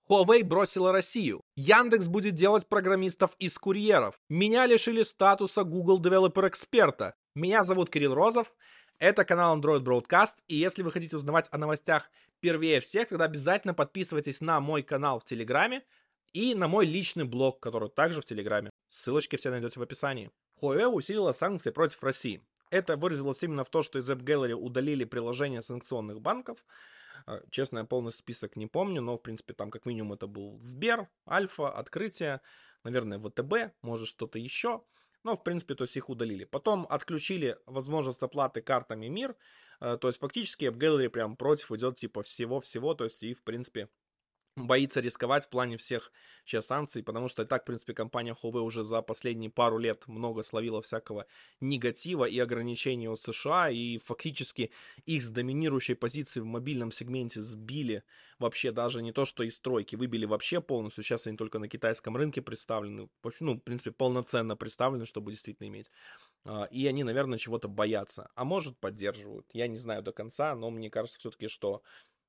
Huawei бросила Россию. Яндекс будет делать программистов из курьеров. Меня лишили статуса Google Developer Эксперта. Меня зовут Кирилл Розов. Это канал Android Broadcast. И если вы хотите узнавать о новостях первее всех, тогда обязательно подписывайтесь на мой канал в Телеграме и на мой личный блог, который также в Телеграме. Ссылочки все найдете в описании. Huawei усилила санкции против России. Это выразилось именно в том, что из App Gallery удалили приложения санкционных банков. Честно, я полный список не помню, но, в принципе, там как минимум это был Сбер, Альфа, Открытие, наверное, ВТБ, может что-то еще. Но, в принципе, то есть их удалили. Потом отключили возможность оплаты картами МИР. То есть, фактически, App Gallery прям против идет, типа, всего-всего. То есть, и, в принципе, боится рисковать в плане всех сейчас санкций, потому что и так, в принципе, компания Huawei уже за последние пару лет много словила всякого негатива и ограничений от США, и фактически их с доминирующей позиции в мобильном сегменте сбили вообще даже не то, что из тройки, выбили вообще полностью, сейчас они только на китайском рынке представлены, ну, в принципе, полноценно представлены, чтобы действительно иметь. И они, наверное, чего-то боятся, а может, поддерживают, я не знаю до конца, но мне кажется все-таки, что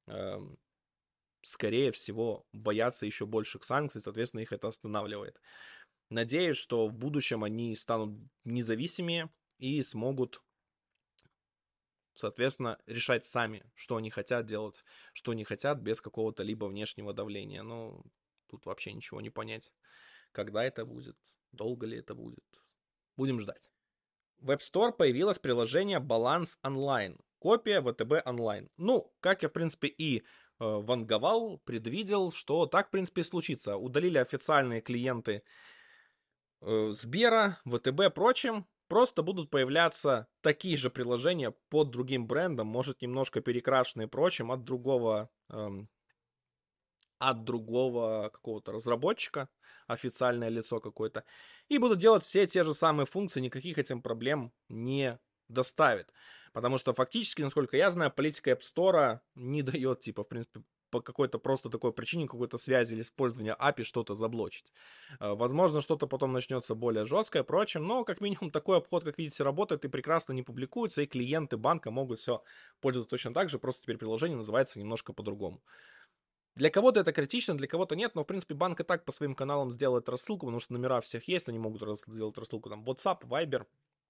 скорее всего, боятся еще больших санкций, соответственно, их это останавливает. Надеюсь, что в будущем они станут независимее и смогут, соответственно, решать сами, что они хотят делать, что не хотят, без какого-то либо внешнего давления. Но тут вообще ничего не понять. Когда это будет, долго ли это будет. Будем ждать. В App Store появилось приложение Баланс Онлайн. Копия ВТБ Онлайн. Ну, как я, в принципе, и ванговал, предвидел, что так, в принципе, и случится. Удалили официальные клиенты Сбера, ВТБ, прочим. Просто будут появляться такие же приложения под другим брендом, может, немножко перекрашенные, прочим, от другого какого-то разработчика, официальное лицо какое-то, и будут делать все те же самые функции, никаких этим проблем не доставит. Потому что фактически, насколько я знаю, политика App Store не дает, типа, в принципе, по какой-то просто такой причине, какой-то связи или использования API что-то заблочить. Возможно, что-то потом начнется более жесткое, прочим, но как минимум такой обход, как видите, работает и прекрасно не публикуется, и клиенты банка могут все пользоваться точно так же, просто теперь приложение называется немножко по-другому. Для кого-то это критично, для кого-то нет, но, в принципе, банк и так по своим каналам сделает рассылку, потому что номера всех есть, они могут сделать рассылку там WhatsApp, Viber,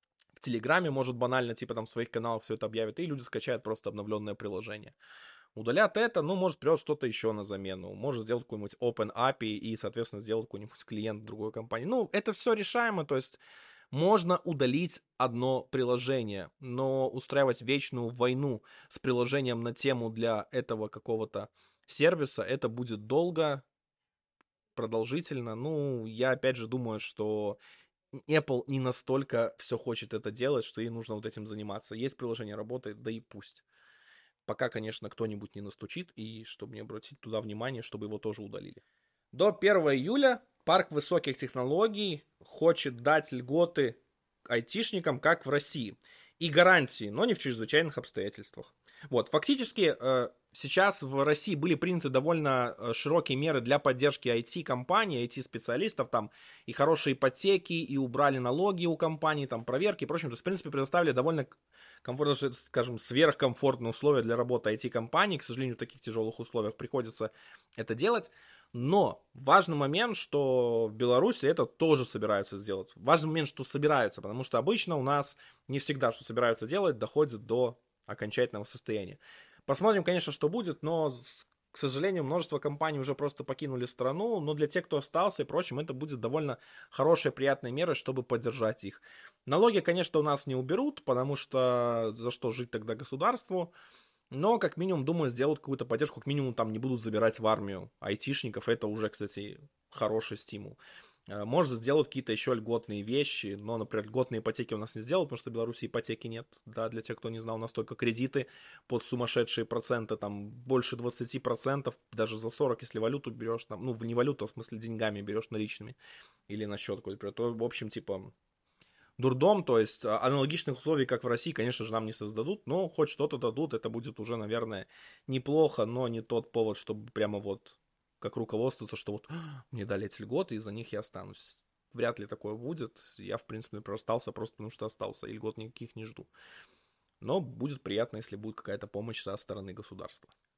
в Телеграме, может, банально, типа, там, в своих каналах все это объявят, и люди скачают просто обновленное приложение. Удалят это, ну, может, придет что-то еще на замену, может, сделать какой-нибудь Open API и, соответственно, сделать какой-нибудь клиент другой компании. Ну, это все решаемо, то есть можно удалить одно приложение, но устраивать вечную войну с приложением на тему для этого какого-то сервиса, это будет долго, продолжительно. Ну, я опять же думаю, что Apple не настолько все хочет это делать, что ей нужно вот этим заниматься. Есть приложение, работает, да и пусть. Пока, конечно, кто-нибудь не настучит, и чтобы не обратить туда внимание, чтобы его тоже удалили. До 1 июля парк высоких технологий хочет дать льготы айтишникам, как в России. И гарантии, но не в чрезвычайных обстоятельствах. Вот, фактически сейчас в России были приняты довольно широкие меры для поддержки IT-компаний, IT-специалистов, там и хорошие ипотеки, и убрали налоги у компаний, там проверки и прочее. То есть, в принципе, предоставили довольно комфортно, скажем, сверхкомфортные условия для работы IT-компаний. К сожалению, в таких тяжелых условиях приходится это делать. Но важный момент, что в Беларуси это тоже собираются сделать. Важный момент, что собираются, потому что обычно у нас не всегда, что собираются делать, доходит до окончательного состояния. Посмотрим, конечно, что будет, но, к сожалению, множество компаний уже просто покинули страну, но для тех, кто остался и прочим, это будет довольно хорошая, приятная мера, чтобы поддержать их. Налоги, конечно, у нас не уберут, потому что за что жить тогда государству? Но, как минимум, думаю, сделают какую-то поддержку, как минимум, там не будут забирать в армию айтишников, это уже, кстати, хороший стимул. Может, сделают какие-то еще льготные вещи, но, например, льготные ипотеки у нас не сделают, потому что в Беларуси ипотеки нет, да, для тех, кто не знал, у нас только кредиты под сумасшедшие проценты, там, больше 20%, даже за 40, если валюту берешь, там, ну, не валюту, а в смысле деньгами берешь наличными, или на счет какой-то, то, в общем, типа, дурдом, то есть аналогичных условий, как в России, конечно же, нам не создадут, но хоть что-то дадут, это будет уже, наверное, неплохо, но не тот повод, чтобы прямо вот как руководствоваться, что вот мне дали эти льготы, и за них я останусь. Вряд ли такое будет. Я, в принципе, например, остался просто потому, что остался, и льгот никаких не жду. Но будет приятно, если будет какая-то помощь со стороны государства.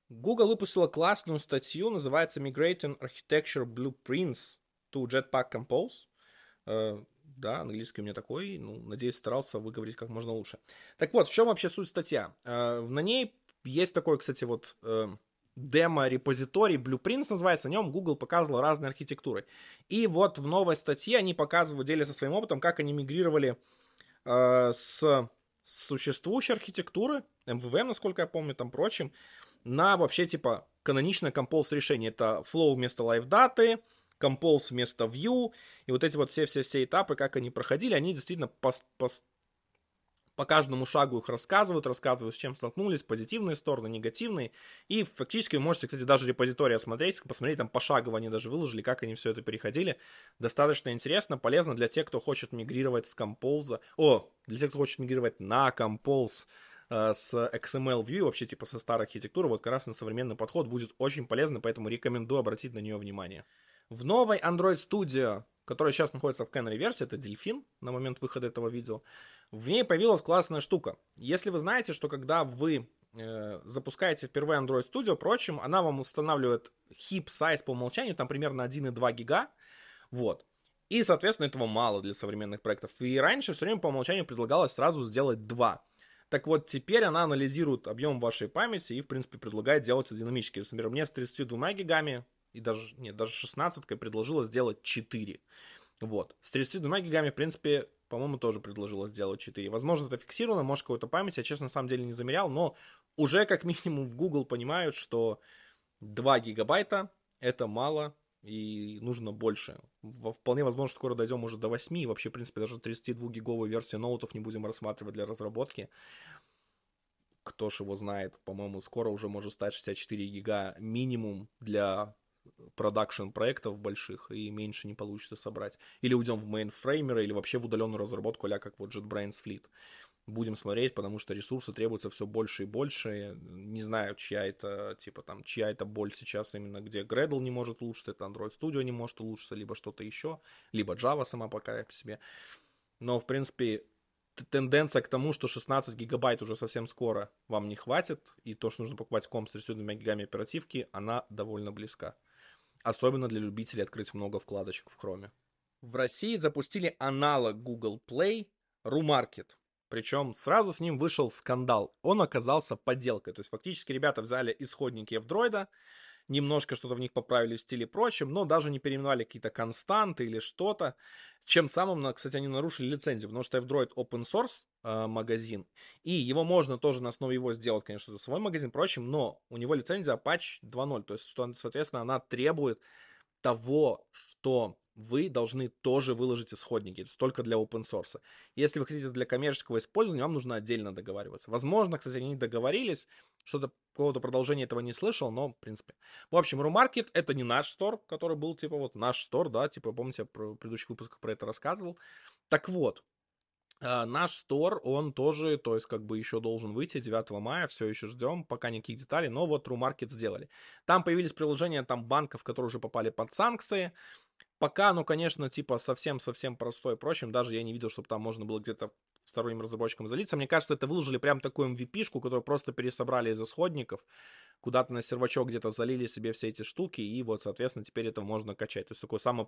Google выпустила классную статью, называется Migrating Architecture Blueprints to Jetpack Compose. Да, английский у меня такой, ну, надеюсь, старался выговорить как можно лучше. Так вот, в чем вообще суть статья? На ней есть такой, кстати, вот демо-репозиторий, Blueprints называется, на нем Google показывал разные архитектуры. И вот в новой статье они показывают, делятся своим опытом, как они мигрировали с существующей архитектуры, MVVM, насколько я помню, там прочим, на вообще типа каноничное Compose решение. Это flow вместо live-даты, Compose вместо view, и вот эти вот все этапы, как они проходили, они действительно по каждому шагу их рассказывают, с чем столкнулись, позитивные стороны, негативные, и фактически вы можете, кстати, даже репозиторий осмотреть, посмотреть, там пошагово они даже выложили, как они все это переходили. Достаточно интересно, полезно для тех, кто хочет мигрировать с Compose, для тех, кто хочет мигрировать на Compose с XML View, вообще типа со старой архитектуры, вот как раз на современный подход будет очень полезно, поэтому рекомендую обратить на нее внимание. В новой Android Studio, которая сейчас находится в Canary версии, это Delphin на момент выхода этого видео, в ней появилась классная штука. Если вы знаете, что когда вы запускаете впервые Android Studio, впрочем, она вам устанавливает heap size по умолчанию, там примерно 1,2 гига, вот. И, соответственно, этого мало для современных проектов. И раньше все время по умолчанию предлагалось сразу сделать 2. Так вот, теперь она анализирует объем вашей памяти и, в принципе, предлагает делать это динамически. То есть, например, мне с 32 гигами и даже 16-кой предложила сделать 4. Вот. С 32 гигами, в принципе, по-моему, тоже предложила сделать 4. Возможно, это фиксировано, может, какой-то память. Я, честно, на самом деле не замерял, но уже как минимум в Google понимают, что 2 гигабайта это мало и нужно больше. Вполне возможно, скоро дойдем уже до 8. И вообще, в принципе, даже 32-гиговую версию ноутов не будем рассматривать для разработки. Кто ж его знает, по-моему, скоро уже может стать 64 гига минимум для продакшн проектов больших, и меньше не получится собрать. Или уйдем в мейнфреймеры, или вообще в удаленную разработку, а как вот JetBrains Fleet. Будем смотреть, потому что ресурсы требуются все больше и больше. Не знаю, чья это боль сейчас именно, где Gradle не может улучшиться, это Android Studio не может улучшиться, либо что-то еще, либо Java сама пока по себе. Но, в принципе, тенденция к тому, что 16 гигабайт уже совсем скоро вам не хватит, и то, что нужно покупать комп с 32 гигами оперативки, она довольно близка. Особенно для любителей открыть много вкладочек в Chrome. В России запустили аналог Google Play RuMarket. Причем сразу с ним вышел скандал. Он оказался подделкой. То есть фактически ребята взяли исходники F-Droid, немножко что-то в них поправили в стиле прочим, но даже не переименовали какие-то константы или что-то. Чем самым, кстати, они нарушили лицензию, потому что F-Droid open source магазин, и его можно тоже на основе его сделать, конечно, свой магазин, прочим, но у него лицензия Apache 2.0, то есть, что, соответственно, она требует того, что вы должны тоже выложить исходники, то есть только для open source. Если вы хотите для коммерческого использования, вам нужно отдельно договариваться. Возможно, кстати, они договорились, что-то какого-то продолжения этого не слышал, но, в принципе. В общем, RuMarket — это не наш стор, который был, типа, вот наш стор, да, типа, помните, я в предыдущих выпусках про это рассказывал. Так вот, наш стор, он тоже, то есть, как бы еще должен выйти 9 мая, все еще ждем, пока никаких деталей, но вот RuMarket сделали. Там появились приложения там банков, которые уже попали под санкции. Пока, ну, конечно, типа совсем-совсем простой, впрочем, даже я не видел, чтобы там можно было где-то сторонним разработчикам залиться. Мне кажется, это выложили прям такую MVP-шку, которую просто пересобрали из исходников, куда-то на сервачок где-то залили себе все эти штуки, и вот, соответственно, теперь это можно качать. То есть такое самое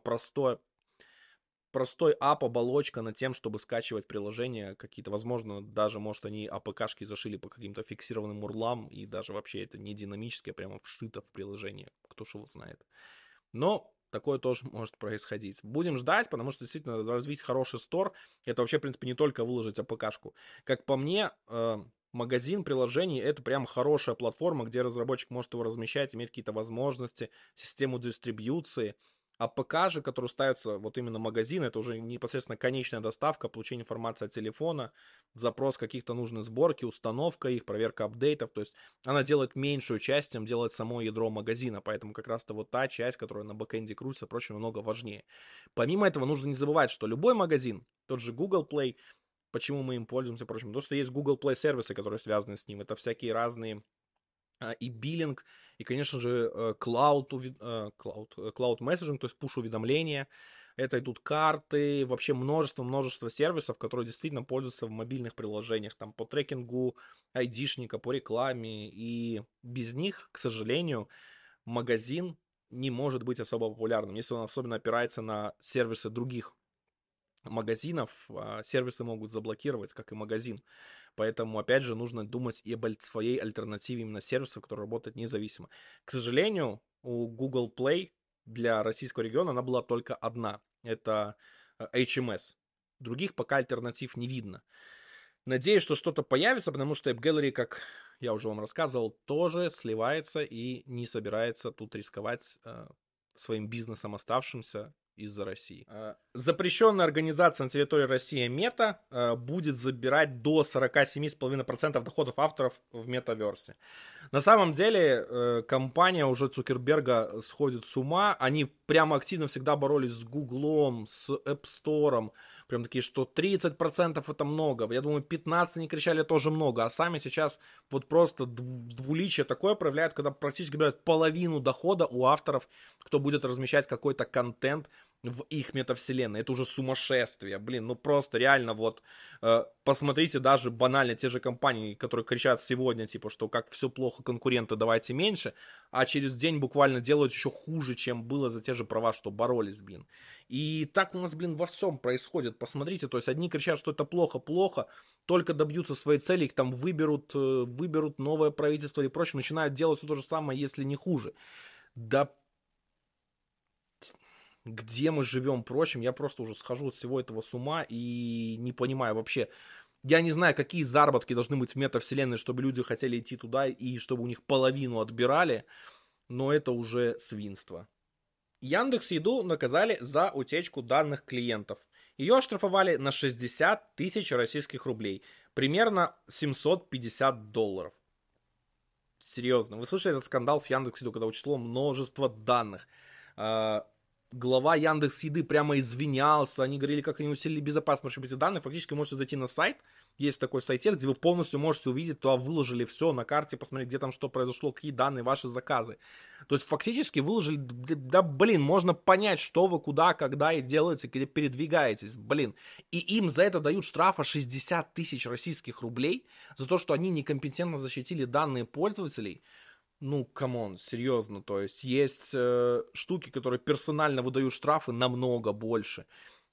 простой ап-оболочка над тем, чтобы скачивать приложения какие-то, возможно, даже, может, они АПКшки зашили по каким-то фиксированным урлам, и даже вообще это не динамически, а прямо вшито в приложение, кто ж его знает. Но такое тоже может происходить. Будем ждать, потому что действительно развить хороший стор, это вообще, в принципе, не только выложить АПКшку. Как по мне, магазин приложений — это прям хорошая платформа, где разработчик может его размещать, иметь какие-то возможности, систему дистрибьюции. А ПК же, который ставится вот именно магазин, это уже непосредственно конечная доставка, получение информации от телефона, запрос каких-то нужной сборки, установка их, проверка апдейтов. То есть она делает меньшую часть, чем делает само ядро магазина. Поэтому как раз-то вот та часть, которая на бэкэнде крутится, впрочем, намного важнее. Помимо этого, нужно не забывать, что любой магазин, тот же Google Play, почему мы им пользуемся, впрочем, потому что есть Google Play сервисы, которые связаны с ним. Это всякие разные и биллинг, и, конечно же, cloud messaging, то есть push-уведомления. Это идут карты, вообще множество сервисов, которые действительно пользуются в мобильных приложениях, там, по трекингу айдишника, по рекламе, и без них, к сожалению, магазин не может быть особо популярным. Если он особенно опирается на сервисы других магазинов, сервисы могут заблокировать, как и магазин. Поэтому, опять же, нужно думать и об своей альтернативе именно сервиса, который работает независимо. К сожалению, у Google Play для российского региона она была только одна. Это HMS. Других пока альтернатив не видно. Надеюсь, что что-то появится, потому что AppGallery, как я уже вам рассказывал, тоже сливается и не собирается тут рисковать своим бизнесом оставшимся из-за России. Запрещенная организация на территории России Мета будет забирать до 47,5% доходов авторов в метаверсе. На самом деле, компания уже Цукерберга сходит с ума. Они прямо активно всегда боролись с Гуглом, с App Store. Прям такие, что 30% это много. Я думаю, 15% они кричали тоже много. А сами сейчас вот просто двуличие такое проявляют, когда практически берут половину дохода у авторов, кто будет размещать какой-то контент в их метавселенной. Это уже сумасшествие. Блин, ну просто реально вот посмотрите даже банально те же компании, которые кричат сегодня, типа, что как все плохо, конкуренты, давайте меньше, а через день буквально делают еще хуже, чем было за те же права, что боролись, блин. И так у нас, блин, во всем происходит. Посмотрите, то есть одни кричат, что это плохо, только добьются своей цели, их там выберут новое правительство или прочее, начинают делать все то же самое, если не хуже. Да где мы живем, прочим, я просто уже схожу от всего этого с ума и не понимаю вообще. Я не знаю, какие заработки должны быть в метавселенной, чтобы люди хотели идти туда и чтобы у них половину отбирали, но это уже свинство. Яндекс.Еду наказали за утечку данных клиентов. Ее оштрафовали на 60 тысяч российских рублей, примерно $750. Серьезно, вы слышали этот скандал с Яндекс.Еду, когда учтено множество данных? Глава Яндекс.Еды прямо извинялся, они говорили, как они усилили безопасность, чтобы эти данные, фактически можете зайти на сайт, есть такой сайтик, где вы полностью можете увидеть, туда выложили все на карте, посмотреть, где там что произошло, какие данные, ваши заказы. То есть фактически выложили, да блин, можно понять, что вы куда, когда и делаете, где передвигаетесь, блин. И им за это дают штрафа 60 тысяч российских рублей, за то, что они некомпетентно защитили данные пользователей. Ну, камон, серьезно, то есть штуки, которые персонально выдают штрафы намного больше.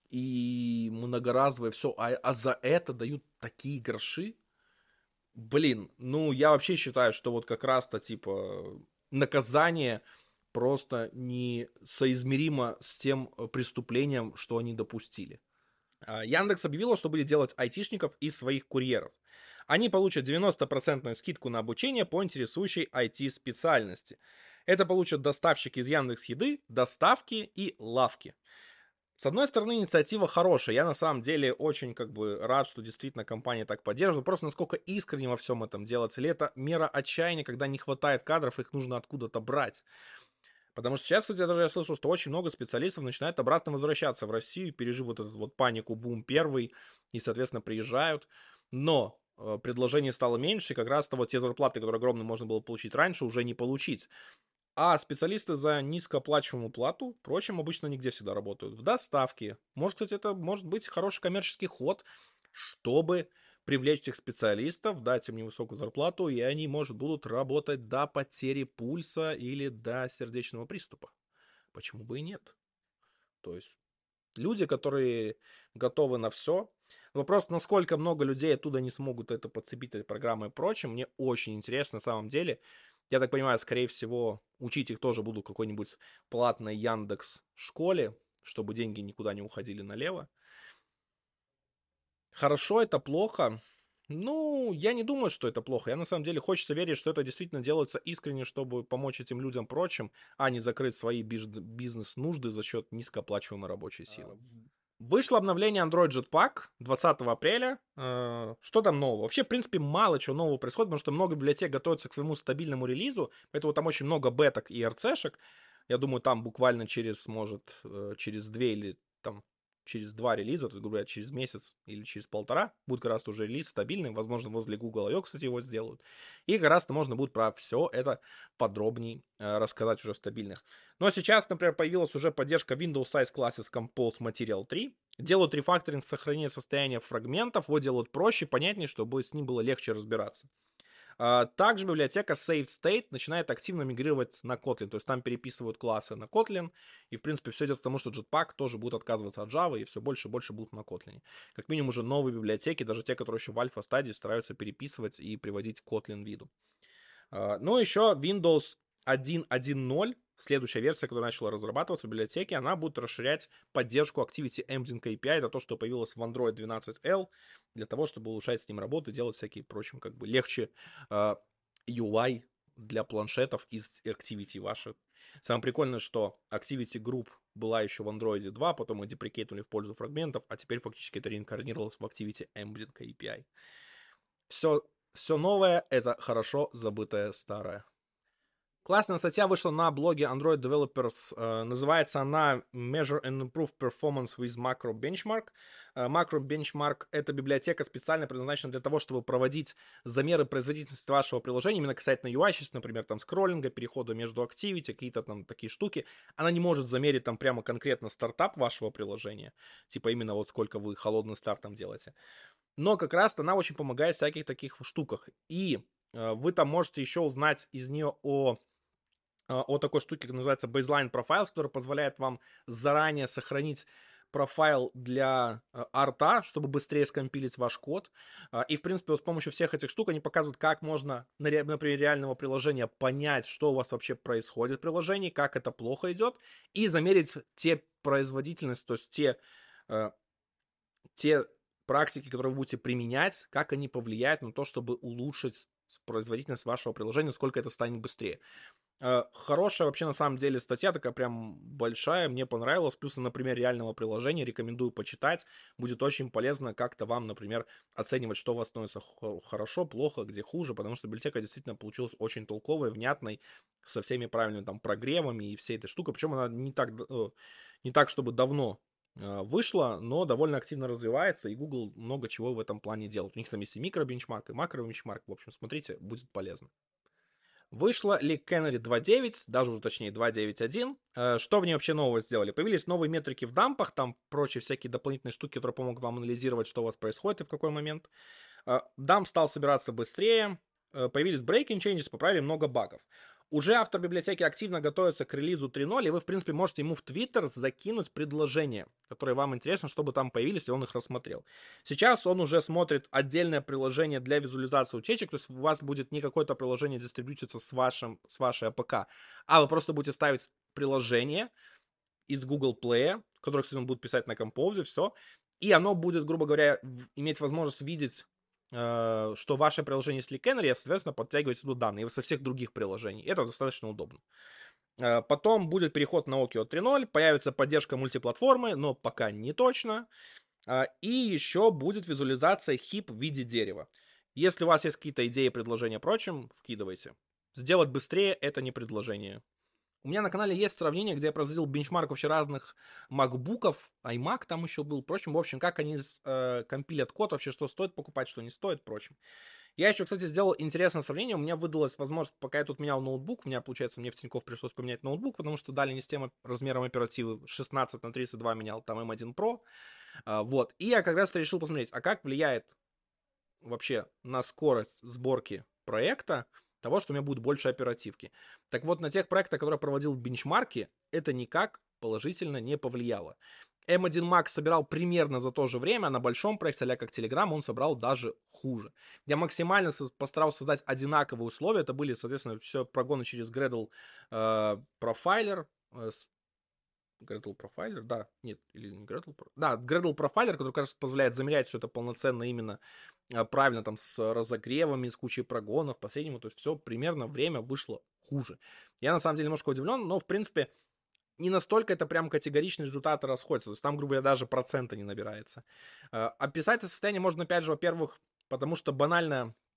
И многоразовое все, а за это дают такие гроши? Блин, ну, я вообще считаю, что вот как раз-то, типа, наказание просто несоизмеримо с тем преступлением, что они допустили. Яндекс объявила, что будет делать айтишников из своих курьеров. Они получат 90% скидку на обучение по интересующей IT-специальности. Это получат доставщики из Яндекс.Еды, доставки и лавки. С одной стороны, инициатива хорошая. Я на самом деле очень рад, что действительно компания так поддерживает. Просто насколько искренне во всем этом делается. Или это мера отчаяния, когда не хватает кадров, их нужно откуда-то брать. Потому что сейчас, кстати, я слышу, что очень много специалистов начинают обратно возвращаться в Россию, переживут этот вот панику, бум первый, и, соответственно, приезжают. Но предложений стало меньше, и как раз-то вот те зарплаты, которые огромные можно было получить раньше, уже не получить. А специалисты за низкооплачиваемую плату, впрочем, обычно нигде всегда работают. В доставке. Может, кстати, это может быть хороший коммерческий ход, чтобы привлечь этих специалистов, дать им невысокую зарплату, и они, может, будут работать до потери пульса или до сердечного приступа. Почему бы и нет? То есть люди, которые готовы на все. Вопрос, насколько много людей оттуда не смогут это подцепить, этой программы и прочим, мне очень интересно на самом деле. Я так понимаю, скорее всего, учить их тоже буду в какой-нибудь платной Яндекс школе, чтобы деньги никуда не уходили налево. Хорошо это, плохо? Ну, я не думаю, что это плохо. Я на самом деле хочется верить, что это действительно делается искренне, чтобы помочь этим людям прочим, а не закрыть свои бизнес-нужды за счет низкооплачиваемой рабочей силы. Вышло обновление Android Jetpack 20 апреля. Что там нового? Вообще, в принципе, мало чего нового происходит, потому что много библиотек готовятся к своему стабильному релизу, поэтому там очень много беток и RC-шек. Я думаю, там буквально через 2 или там через 2 релиза, то есть, грубо говоря, через месяц или через полтора будет как раз уже релиз стабильный, возможно, возле Google I.O., кстати, его сделают, и как раз можно будет про все это подробней рассказать уже стабильных. Но сейчас, например, появилась уже поддержка Windows Size Classes Compose Material 3, делают рефакторинг сохранения состояния фрагментов, вот делают проще, понятнее, чтобы с ним было легче разбираться. Также библиотека Saved State начинает активно мигрировать на Kotlin, то есть там переписывают классы на Kotlin, и в принципе все идет к тому, что Jetpack тоже будет отказываться от Java, и все больше и больше будут на Kotlin. Как минимум уже новые библиотеки, даже те, которые еще в альфа-стадии, стараются переписывать и приводить Kotlin виду. Ну, еще Windows 1.1.0, следующая версия, которая начала разрабатываться в библиотеке, она будет расширять поддержку Activity Embedding API. Это то, что появилось в Android 12L, для того, чтобы улучшать с ним работу, делать всякие прочим, как бы легче UI для планшетов из Activity ваших. Самое прикольное, что Activity Group была еще в Android 2, потом мы деприкейтнули в пользу фрагментов, а теперь фактически это реинкарнировалось в Activity Embedding API. Все новое — это хорошо забытое старое. Классная статья вышла на блоге Android Developers. Называется она Measure and Improve Performance with Macro Benchmark. Macro Benchmark — это библиотека, специально предназначена для того, чтобы проводить замеры производительности вашего приложения, именно касательно UI, сейчас, например, там скроллинга, перехода между Activity, какие-то там такие штуки. Она не может замерить там прямо конкретно стартап вашего приложения, типа именно вот сколько вы холодный старт там делаете. Но как раз она очень помогает в всяких таких штуках. И вы там можете еще узнать из нее о такой штуке, как называется Baseline Profiles, которая позволяет вам заранее сохранить профайл для арта, чтобы быстрее скомпилить ваш код. И, в принципе, вот с помощью всех этих штук они показывают, как можно, например, реального приложения понять, что у вас вообще происходит в приложении, как это плохо идет, и замерить те производительность, то есть те практики, которые вы будете применять, как они повлияют на то, чтобы улучшить производительность вашего приложения, сколько это станет быстрее. Хорошая вообще на самом деле статья, такая прям большая, мне понравилась. Плюс на примере реального приложения рекомендую почитать. Будет очень полезно как-то вам, например, оценивать, что у вас становится хорошо, плохо, где хуже, потому что библиотека действительно получилась очень толковой, внятной, со всеми правильными там прогревами и всей этой штукой. Причем она не так, чтобы давно вышла, но довольно активно развивается, и Google много чего в этом плане делает. У них там есть и микробенчмарк, и макробенчмарк. В общем, смотрите, будет полезно. Вышла League Canary 2.9, даже уже точнее 2.9.1. Что в ней вообще нового сделали? Появились новые метрики в дампах, там прочие всякие дополнительные штуки, которые помогут вам анализировать, что у вас происходит и в какой момент. Дамп стал собираться быстрее, появились breaking changes, поправили много багов. Уже автор библиотеки активно готовится к релизу 3.0, и вы, в принципе, можете ему в Twitter закинуть предложения, которые вам интересны, чтобы там появились, и он их рассмотрел. Сейчас он уже смотрит отдельное приложение для визуализации утечек, то есть у вас будет не какое-то приложение дистрибьютиться с вашей АПК, а вы просто будете ставить приложение из Google Play, которое, кстати, он будет писать на Compose, все, и оно будет, грубо говоря, иметь возможность видеть, что ваше приложение с League Canary, соответственно, подтягивать сюда данные со всех других приложений. Это достаточно удобно. Потом будет переход на Okio 3.0, появится поддержка мультиплатформы, но пока не точно. И еще будет визуализация HIP в виде дерева. Если у вас есть какие-то идеи, предложения, прочим, вкидывайте. Сделать быстрее — это не предложение. У меня на канале есть сравнение, где я производил бенчмарк вообще разных макбуков, iMac там еще был, прочим, в общем, как они компилят код, вообще, что стоит покупать, что не стоит, прочим. Я еще, кстати, сделал интересное сравнение, у меня выдалась возможность, пока я тут менял ноутбук, у меня, получается, мне в Тинькофф пришлось поменять ноутбук, потому что дали не с тем размером оперативы, 16 на 32 менял, там M1 Pro, вот, и я как раз решил посмотреть, а как влияет вообще на скорость сборки проекта того, что у меня будет больше оперативки. Так вот, на тех проектах, которые я проводил в бенчмарке, это никак положительно не повлияло. M1 Max собирал примерно за то же время, а на большом проекте, а как Telegram, он собрал даже хуже. Я максимально постарался создать одинаковые условия. Это были, соответственно, все прогоны через Gradle Profiler, Gradle Profiler, да, нет, или не Gradle, да, Gradle Profiler, который как раз позволяет замерять все это полноценно именно правильно там с разогревами, с кучей прогонов, последнему, то есть все примерно время вышло хуже. Я на самом деле немножко удивлен, но в принципе не настолько это прям категоричные результаты расходятся, то есть там, грубо говоря, даже процента не набирается. Описать это состояние можно, опять же, во-первых, потому что банально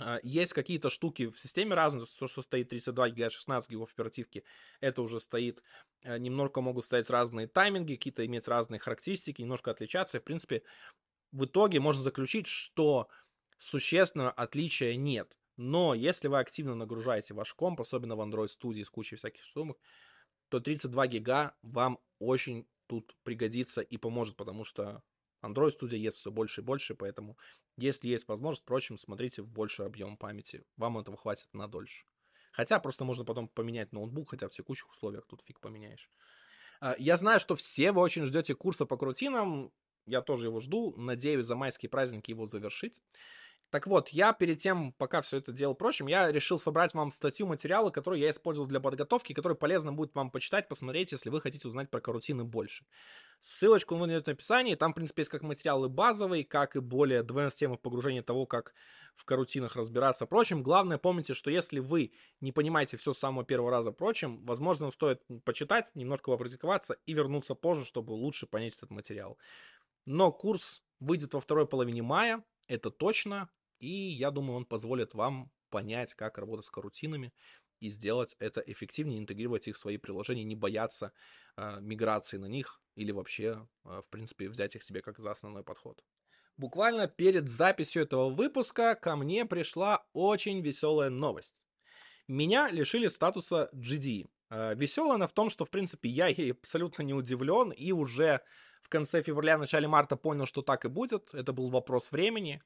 Есть какие-то штуки в системе разные, что стоит 32 гига, 16 гигов оперативки, это уже стоит. Немножко могут стоять разные тайминги, какие-то иметь разные характеристики, немножко отличаться. В принципе, в итоге можно заключить, что существенного отличия нет. Но если вы активно нагружаете ваш комп, особенно в Android Studio с кучей всяких штук, то 32 гига вам очень тут пригодится и поможет, потому что Android Studio есть все больше и больше, поэтому если есть возможность, впрочем, смотрите в больший объем памяти. Вам этого хватит на дольше. Хотя просто можно потом поменять ноутбук, хотя в текущих условиях тут фиг поменяешь. Я знаю, что все вы очень ждете курса по крутинам. Я тоже его жду. Надеюсь, за майские праздники его завершить. Так вот, я перед тем, пока все это делал прочим, я решил собрать вам статью, материалы, которые я использовал для подготовки, которые полезно будет вам почитать, посмотреть, если вы хотите узнать про карутины больше. Ссылочку вы найдете в описании. Там, в принципе, есть как материалы базовые, как и более advanced темы погружения того, как в карутинах разбираться. Впрочем, главное, помните, что если вы не понимаете все с самого первого раза, впрочем, возможно, вам стоит почитать, немножко попрактиковаться и вернуться позже, чтобы лучше понять этот материал. Но курс выйдет во второй половине мая, это точно, и я думаю, он позволит вам понять, как работать с карутинами и сделать это эффективнее, интегрировать их в свои приложения, не бояться миграции на них или вообще, в принципе, взять их себе как за основной подход. Буквально перед записью этого выпуска ко мне пришла очень веселая новость. Меня лишили статуса GD. Веселая она в том, что, в принципе, я ей абсолютно не удивлен и уже в конце февраля, начале марта понял, что так и будет. Это был вопрос времени.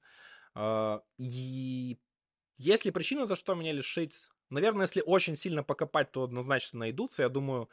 И есть ли причина, за что меня лишить? Наверное, если очень сильно покопать, то однозначно найдутся. Я думаю,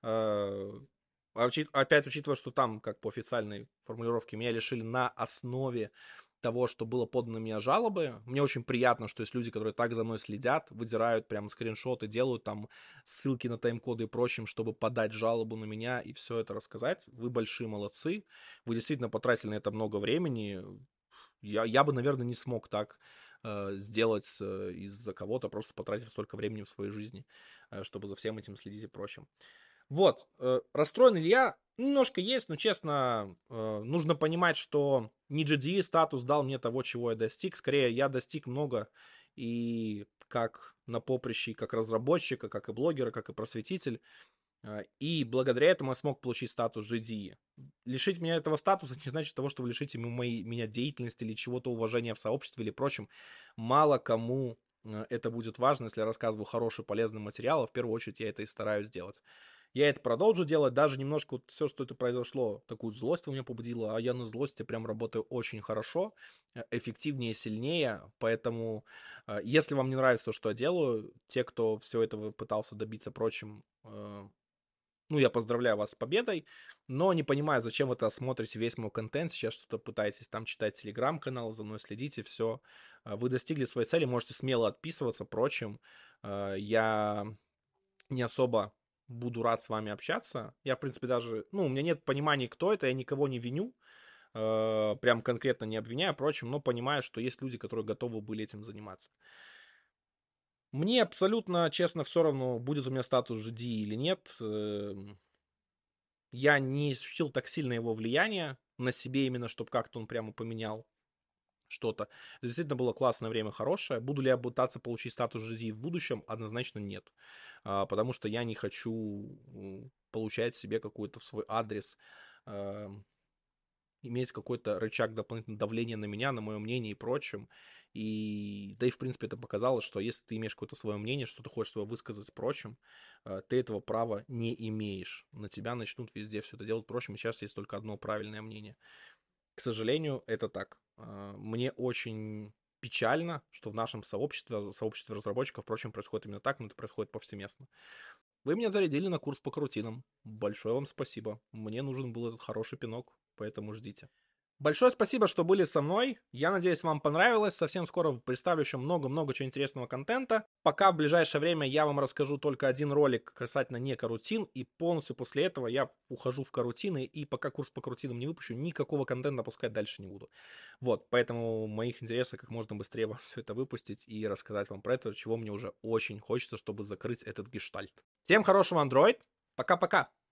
опять учитывая, что там, как по официальной формулировке, меня лишили на основе того, что было подано на меня жалобы. Мне очень приятно, что есть люди, которые так за мной следят, выдирают прям скриншоты, делают там ссылки на тайм-коды и прочим, чтобы подать жалобу на меня и все это рассказать. Вы большие молодцы. Вы действительно потратили на это много времени. Я бы, наверное, не смог так сделать из-за кого-то, просто потратив столько времени в своей жизни, чтобы за всем этим следить и прочим. Вот, расстроен ли я? Немножко есть, но, честно, нужно понимать, что не GDE статус дал мне того, чего я достиг. Скорее, я достиг много и как на поприще, как разработчика, как и блогера, как и просветитель. И благодаря этому я смог получить статус GDE. Лишить меня этого статуса не значит того, что вы лишите меня деятельности или чего-то уважения в сообществе или прочем. Мало кому это будет важно, если я рассказываю хороший, полезный материал, а в первую очередь я это и стараюсь делать. Я это продолжу делать, даже немножко вот все, что это произошло, такую злость у меня побудило, а я на злости прям работаю очень хорошо, эффективнее, сильнее, поэтому если вам не нравится то, что я делаю, те, кто все это пытался добиться прочим, ну, я поздравляю вас с победой, но не понимаю, зачем вы смотрите весь мой контент, сейчас что-то пытаетесь там читать телеграм-канал, за мной следите, все. Вы достигли своей цели, можете смело отписываться, прочим. Я не особо буду рад с вами общаться. Я, в принципе, даже, ну, у меня нет понимания, кто это, я никого не виню, прям конкретно не обвиняю, прочим, но понимаю, что есть люди, которые готовы были этим заниматься. Мне абсолютно, честно, все равно, будет у меня статус GD или нет. Я не ощутил так сильно его влияния на себе именно, чтобы как-то он прямо поменял что-то. Действительно было классное время, хорошее. Буду ли я пытаться получить статус GD в будущем? Однозначно нет. Потому что я не хочу получать себе какой-то в свой адрес, иметь какой-то рычаг дополнительного давления на меня, на мое мнение и прочим. И, да и, в принципе, это показало, что если ты имеешь какое-то свое мнение, что ты хочешь свое высказать прочим, ты этого права не имеешь. На тебя начнут везде все это делать прочим, и сейчас есть только одно правильное мнение. К сожалению, это так. Мне очень печально, что в нашем сообществе разработчиков, впрочем, происходит именно так, но это происходит повсеместно. Вы меня зарядили на курс по крутинам. Большое вам спасибо. Мне нужен был этот хороший пинок, поэтому ждите. Большое спасибо, что были со мной. Я надеюсь, вам понравилось. Совсем скоро представлю еще много-много чего интересного контента. Пока в ближайшее время я вам расскажу только один ролик касательно не карутин, и полностью после этого я ухожу в карутины, и пока курс по карутинам не выпущу, никакого контента пускать дальше не буду. Вот, поэтому в моих интересах как можно быстрее вам все это выпустить и рассказать вам про это, чего мне уже очень хочется, чтобы закрыть этот гештальт. Всем хорошего Android. Пока-пока.